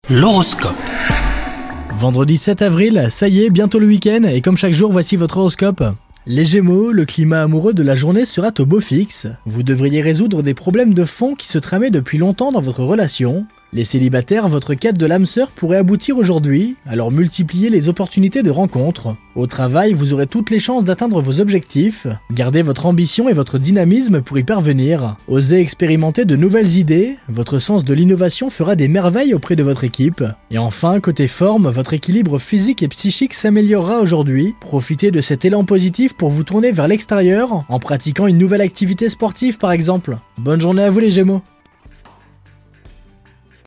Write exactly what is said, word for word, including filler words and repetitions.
L'horoscope. Vendredi sept avril, ça y est, bientôt le week-end, et comme chaque jour, voici votre horoscope. Les Gémeaux, le climat amoureux de la journée sera au beau fixe. Vous devriez résoudre des problèmes de fond qui se tramaient depuis longtemps dans votre relation. Les célibataires, votre quête de l'âme sœur pourrait aboutir aujourd'hui, alors multipliez les opportunités de rencontres. Au travail, vous aurez toutes les chances d'atteindre vos objectifs. Gardez votre ambition et votre dynamisme pour y parvenir. Osez expérimenter de nouvelles idées, votre sens de l'innovation fera des merveilles auprès de votre équipe. Et enfin, côté forme, votre équilibre physique et psychique s'améliorera aujourd'hui. Profitez de cet élan positif pour vous tourner vers l'extérieur, en pratiquant une nouvelle activité sportive par exemple. Bonne journée à vous les Gémeaux.